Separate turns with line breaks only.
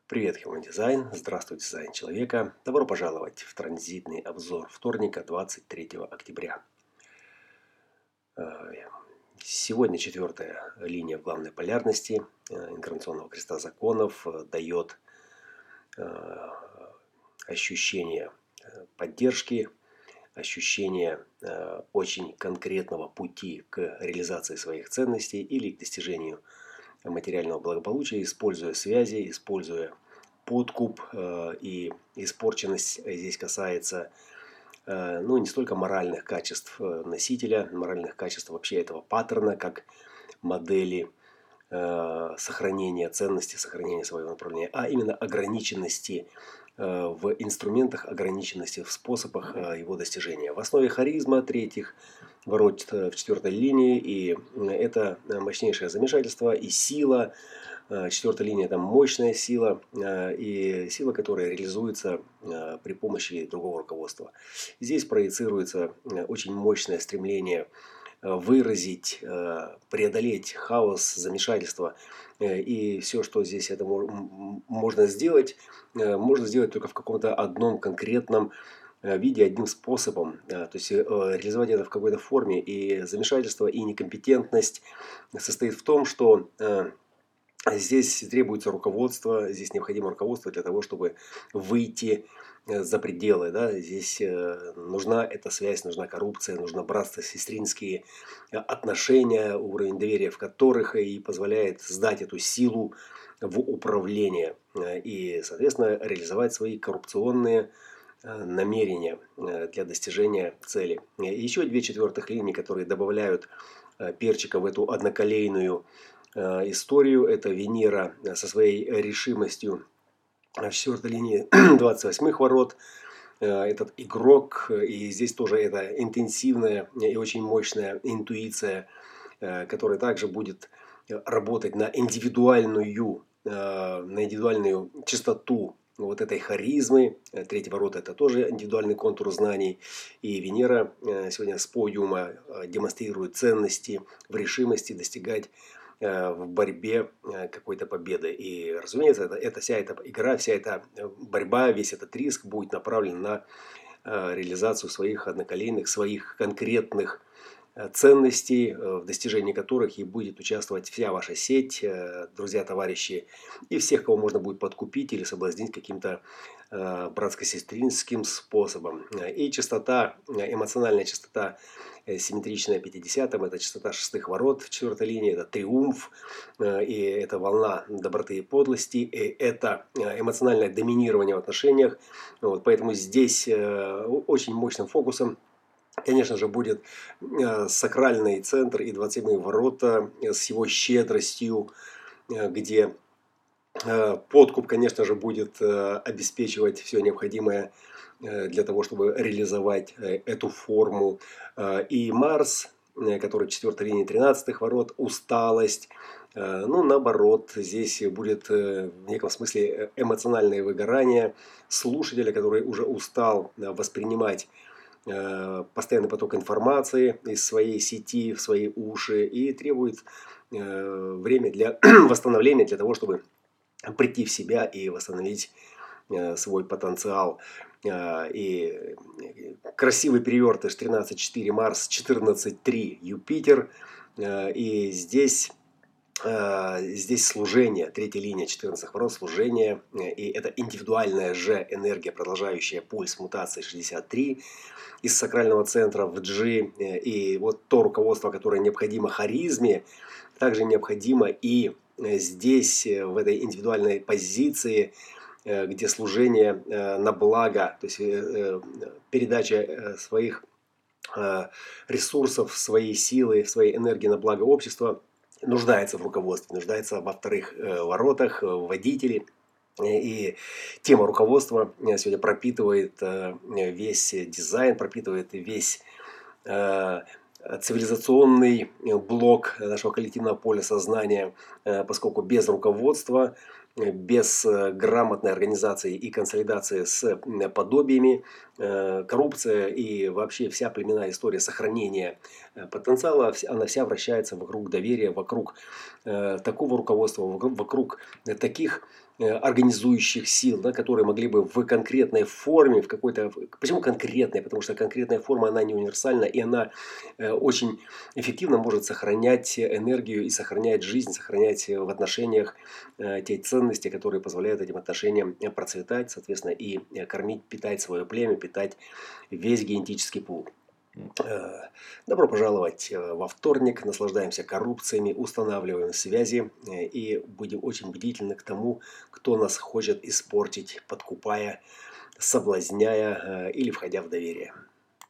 Привет, Human Design. Здравствуй, дизайн человека. Добро пожаловать в транзитный обзор вторника, 23 октября. Э, Сегодня четвертая линия в главной полярности инкарнационного креста законов дает э, ощущение поддержки, ощущение очень конкретного пути к реализации своих ценностей или к достижению материального благополучия, используя связи, используя подкуп и испорченность здесь касается ну, не столько моральных качеств носителя, моральных качеств вообще этого паттерна, как модели сохранения ценности, сохранения своего направления, а именно ограниченности в инструментах, ограниченности в способах его достижения. В основе харизма третьих ворот в четвертой линии, и это мощнейшее замешательство и сила. Четвертая линия – это мощная сила, и сила, которая реализуется при помощи другого руководства. Здесь проецируется очень мощное стремление выразить, преодолеть хаос, замешательство. И все, что здесь это можно сделать только в каком-то одном конкретном виде, одним способом. То есть реализовать это в какой-то форме. И замешательство, и некомпетентность состоит в том, что здесь требуется руководство, здесь необходимо руководство для того, чтобы выйти за пределы. Да? Здесь нужна эта связь, нужна коррупция, нужно братство, сестринские отношения, уровень доверия в которых и позволяет сдать эту силу в управление и, соответственно, реализовать свои коррупционные намерения для достижения цели. Еще две четвертых линии, которые добавляют перчика в эту одноколейную историю. Это Венера со своей решимостью в четвертой линии 28-х ворот. Этот игрок, и здесь тоже это интенсивная и очень мощная интуиция, которая также будет работать на индивидуальную чистоту вот этой харизмы. Третий ворот – это тоже индивидуальный контур знаний. И Венера сегодня с подиума демонстрирует ценности в решимости достигать в борьбе какой-то победы. И, разумеется, вся эта игра, вся эта борьба, весь этот риск будет направлен на реализацию своих одноколейных, своих конкретных ценностей, в достижении которых и будет участвовать вся ваша сеть, друзья, товарищи и всех, кого можно будет подкупить или соблазнить каким-то братско-сестринским способом. И частота, эмоциональная частота симметричная 50-м, это частота шестых ворот в четвертой линии, это триумф, и это волна доброты и подлости, и это эмоциональное доминирование в отношениях. Вот, поэтому здесь очень мощным фокусом, конечно же, будет сакральный центр и 27-е ворота с его щедростью, где подкуп, конечно же, будет обеспечивать все необходимое для того, чтобы реализовать эту форму. И Марс, который в четвертой линии 13-х ворот, усталость. Ну, наоборот, здесь будет в неком смысле эмоциональное выгорание слушателя, который уже устал воспринимать постоянный поток информации из своей сети в свои уши и требует время для восстановления, для того, чтобы прийти в себя и восстановить свой потенциал. И красивый перевертыш 13.4 Марс, 14.3 Юпитер. И здесь служение, третья линия 14 ворот, служение, и это индивидуальная же энергия, продолжающая пульс мутации 63 из сакрального центра в G, и вот то руководство, которое необходимо харизме, также необходимо и здесь, в этой индивидуальной позиции, где служение на благо, то есть передача своих ресурсов, своей силы, своей энергии на благо общества, нуждается в руководстве, нуждается во вторых воротах, в водителе. И тема руководства сегодня пропитывает весь дизайн, пропитывает весь цивилизационный блок нашего коллективного поля сознания, поскольку без руководства, без грамотной организации и консолидации с подобиями, коррупция и вообще вся племенная история сохранения потенциала, она вся вращается вокруг доверия, вокруг такого руководства, вокруг таких организующих сил, да, которые могли бы в конкретной форме, в какой-то... Почему конкретной? Потому что конкретная форма, она не универсальна, и она очень эффективно может сохранять энергию и сохранять жизнь, сохранять в отношениях те ценности, которые позволяют этим отношениям процветать, соответственно, и кормить, питать свое племя, питать весь генетический пул. Добро пожаловать во вторник. Наслаждаемся коррупциями, устанавливаем связи и будем очень бдительны к тому, кто нас хочет испортить, подкупая, соблазняя или входя в доверие.